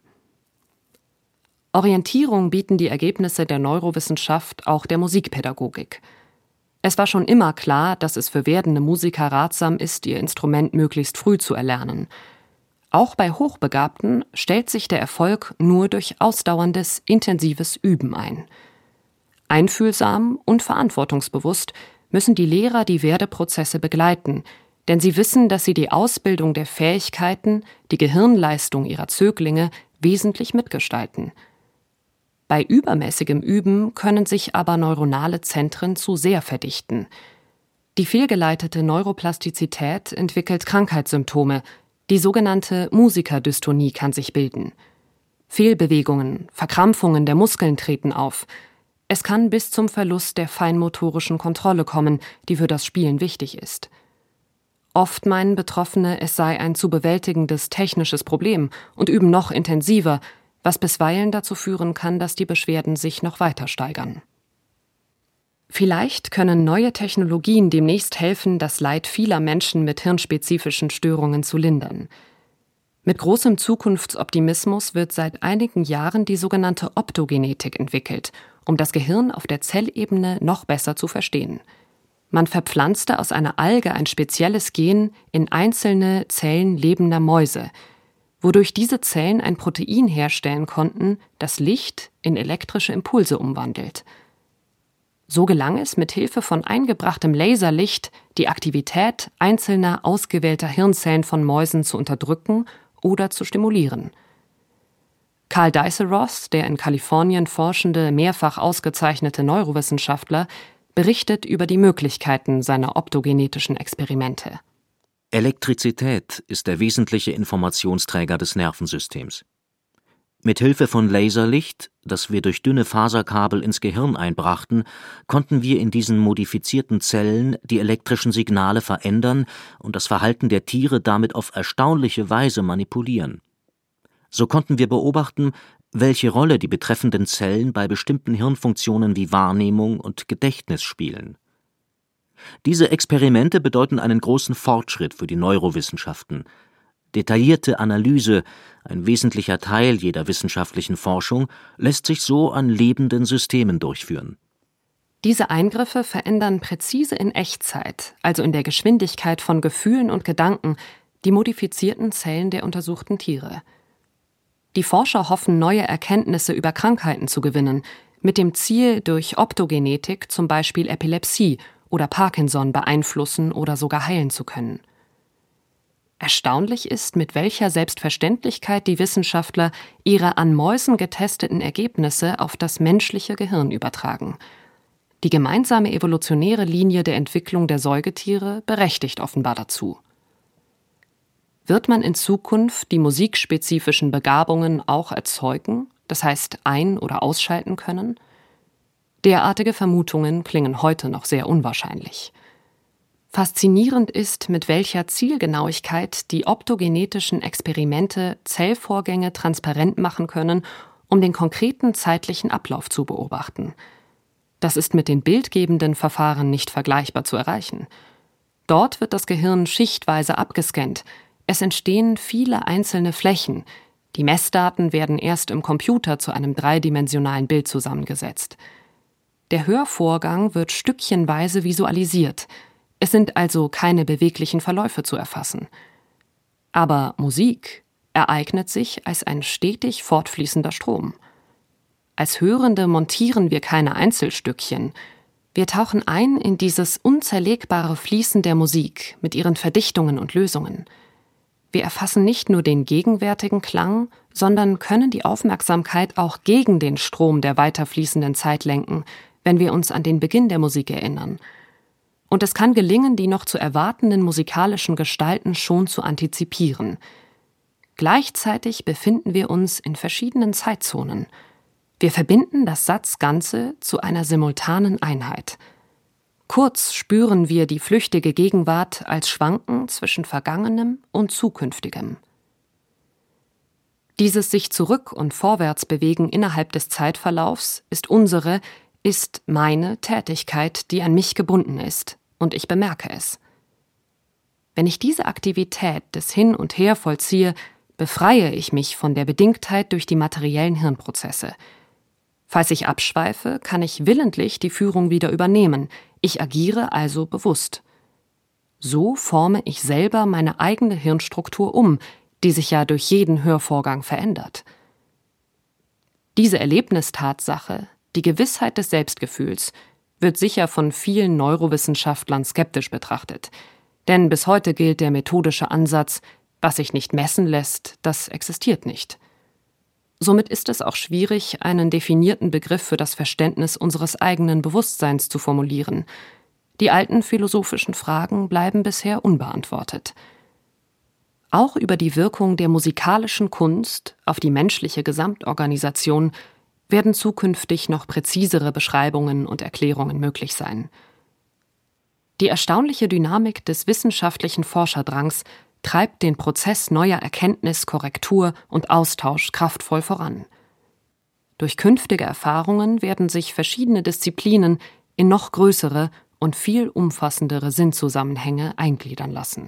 Orientierung bieten die Ergebnisse der Neurowissenschaft auch der Musikpädagogik. Es war schon immer klar, dass es für werdende Musiker ratsam ist, ihr Instrument möglichst früh zu erlernen. Auch bei Hochbegabten stellt sich der Erfolg nur durch ausdauerndes, intensives Üben ein. Einfühlsam und verantwortungsbewusst müssen die Lehrer die Werdeprozesse begleiten, denn sie wissen, dass sie die Ausbildung der Fähigkeiten, die Gehirnleistung ihrer Zöglinge wesentlich mitgestalten. Bei übermäßigem Üben können sich aber neuronale Zentren zu sehr verdichten. Die fehlgeleitete Neuroplastizität entwickelt Krankheitssymptome, die sogenannte Musikerdystonie kann sich bilden. Fehlbewegungen, Verkrampfungen der Muskeln treten auf. Es kann bis zum Verlust der feinmotorischen Kontrolle kommen, die für das Spielen wichtig ist. Oft meinen Betroffene, es sei ein zu bewältigendes technisches Problem und üben noch intensiver, was bisweilen dazu führen kann, dass die Beschwerden sich noch weiter steigern. Vielleicht können neue Technologien demnächst helfen, das Leid vieler Menschen mit hirnspezifischen Störungen zu lindern. Mit großem Zukunftsoptimismus wird seit einigen Jahren die sogenannte Optogenetik entwickelt, um das Gehirn auf der Zellebene noch besser zu verstehen. Man verpflanzte aus einer Alge ein spezielles Gen in einzelne Zellen lebender Mäuse, wodurch diese Zellen ein Protein herstellen konnten, das Licht in elektrische Impulse umwandelt. So gelang es, mit Hilfe von eingebrachtem Laserlicht die Aktivität einzelner ausgewählter Hirnzellen von Mäusen zu unterdrücken oder zu stimulieren. Carl Diceroth, der in Kalifornien forschende, mehrfach ausgezeichnete Neurowissenschaftler, berichtet über die Möglichkeiten seiner optogenetischen Experimente. Elektrizität ist der wesentliche Informationsträger des Nervensystems. Mit Hilfe von Laserlicht, das wir durch dünne Faserkabel ins Gehirn einbrachten, konnten wir in diesen modifizierten Zellen die elektrischen Signale verändern und das Verhalten der Tiere damit auf erstaunliche Weise manipulieren. So konnten wir beobachten, welche Rolle die betreffenden Zellen bei bestimmten Hirnfunktionen wie Wahrnehmung und Gedächtnis spielen. Diese Experimente bedeuten einen großen Fortschritt für die Neurowissenschaften. Detaillierte Analyse, ein wesentlicher Teil jeder wissenschaftlichen Forschung, lässt sich so an lebenden Systemen durchführen. Diese Eingriffe verändern präzise in Echtzeit, also in der Geschwindigkeit von Gefühlen und Gedanken, die modifizierten Zellen der untersuchten Tiere. Die Forscher hoffen, neue Erkenntnisse über Krankheiten zu gewinnen, mit dem Ziel, durch Optogenetik zum Beispiel Epilepsie oder Parkinson beeinflussen oder sogar heilen zu können. Erstaunlich ist, mit welcher Selbstverständlichkeit die Wissenschaftler ihre an Mäusen getesteten Ergebnisse auf das menschliche Gehirn übertragen. Die gemeinsame evolutionäre Linie der Entwicklung der Säugetiere berechtigt offenbar dazu. Wird man in Zukunft die musikspezifischen Begabungen auch erzeugen, das heißt ein- oder ausschalten können? Derartige Vermutungen klingen heute noch sehr unwahrscheinlich. Faszinierend ist, mit welcher Zielgenauigkeit die optogenetischen Experimente Zellvorgänge transparent machen können, um den konkreten zeitlichen Ablauf zu beobachten. Das ist mit den bildgebenden Verfahren nicht vergleichbar zu erreichen. Dort wird das Gehirn schichtweise abgescannt. Es entstehen viele einzelne Flächen. Die Messdaten werden erst im Computer zu einem dreidimensionalen Bild zusammengesetzt. Der Hörvorgang wird stückchenweise visualisiert. Es sind also keine beweglichen Verläufe zu erfassen. Aber Musik ereignet sich als ein stetig fortfließender Strom. Als Hörende montieren wir keine Einzelstückchen. Wir tauchen ein in dieses unzerlegbare Fließen der Musik mit ihren Verdichtungen und Lösungen. Wir erfassen nicht nur den gegenwärtigen Klang, sondern können die Aufmerksamkeit auch gegen den Strom der weiterfließenden Zeit lenken, wenn wir uns an den Beginn der Musik erinnern. Und es kann gelingen, die noch zu erwartenden musikalischen Gestalten schon zu antizipieren. Gleichzeitig befinden wir uns in verschiedenen Zeitzonen. Wir verbinden das Satzganze zu einer simultanen Einheit. Kurz spüren wir die flüchtige Gegenwart als Schwanken zwischen Vergangenem und Zukünftigem. Dieses sich zurück und vorwärts bewegen innerhalb des Zeitverlaufs ist unsere, ist meine Tätigkeit, die an mich gebunden ist, und ich bemerke es. Wenn ich diese Aktivität des Hin und Her vollziehe, befreie ich mich von der Bedingtheit durch die materiellen Hirnprozesse. Falls ich abschweife, kann ich willentlich die Führung wieder übernehmen. Ich agiere also bewusst. So forme ich selber meine eigene Hirnstruktur um, die sich ja durch jeden Hörvorgang verändert. Diese Erlebnistatsache, die Gewissheit des Selbstgefühls, wird sicher von vielen Neurowissenschaftlern skeptisch betrachtet. Denn bis heute gilt der methodische Ansatz, was sich nicht messen lässt, das existiert nicht. Somit ist es auch schwierig, einen definierten Begriff für das Verständnis unseres eigenen Bewusstseins zu formulieren. Die alten philosophischen Fragen bleiben bisher unbeantwortet. Auch über die Wirkung der musikalischen Kunst auf die menschliche Gesamtorganisation werden zukünftig noch präzisere Beschreibungen und Erklärungen möglich sein. Die erstaunliche Dynamik des wissenschaftlichen Forscherdrangs treibt den Prozess neuer Erkenntnis, Korrektur und Austausch kraftvoll voran. Durch künftige Erfahrungen werden sich verschiedene Disziplinen in noch größere und viel umfassendere Sinnzusammenhänge eingliedern lassen.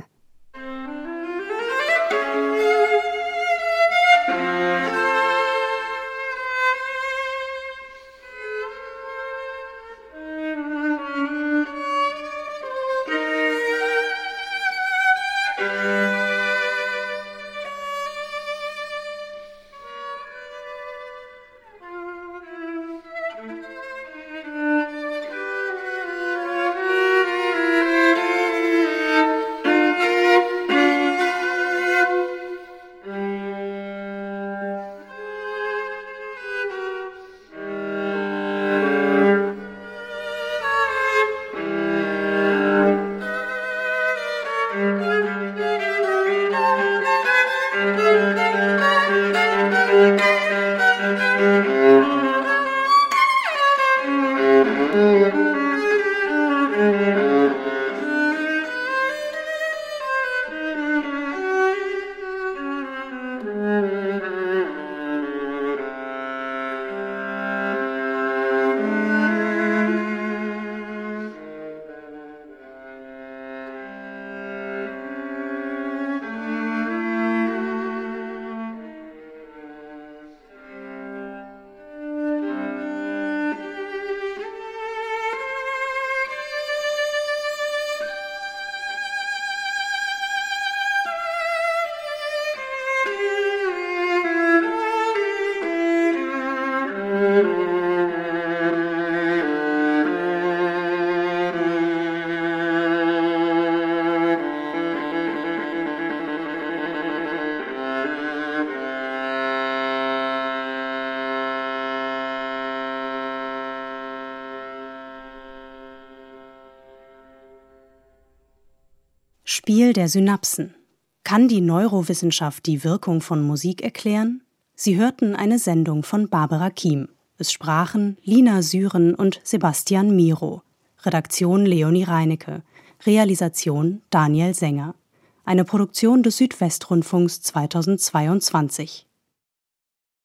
Spiel der Synapsen. Kann die Neurowissenschaft die Wirkung von Musik erklären? Sie hörten eine Sendung von Barbara Kiem. Es sprachen Lina Süren und Sebastian Miro. Redaktion Leonie Reinecke. Realisation Daniel Sänger. Eine Produktion des Südwestrundfunks zweitausendzweiundzwanzig.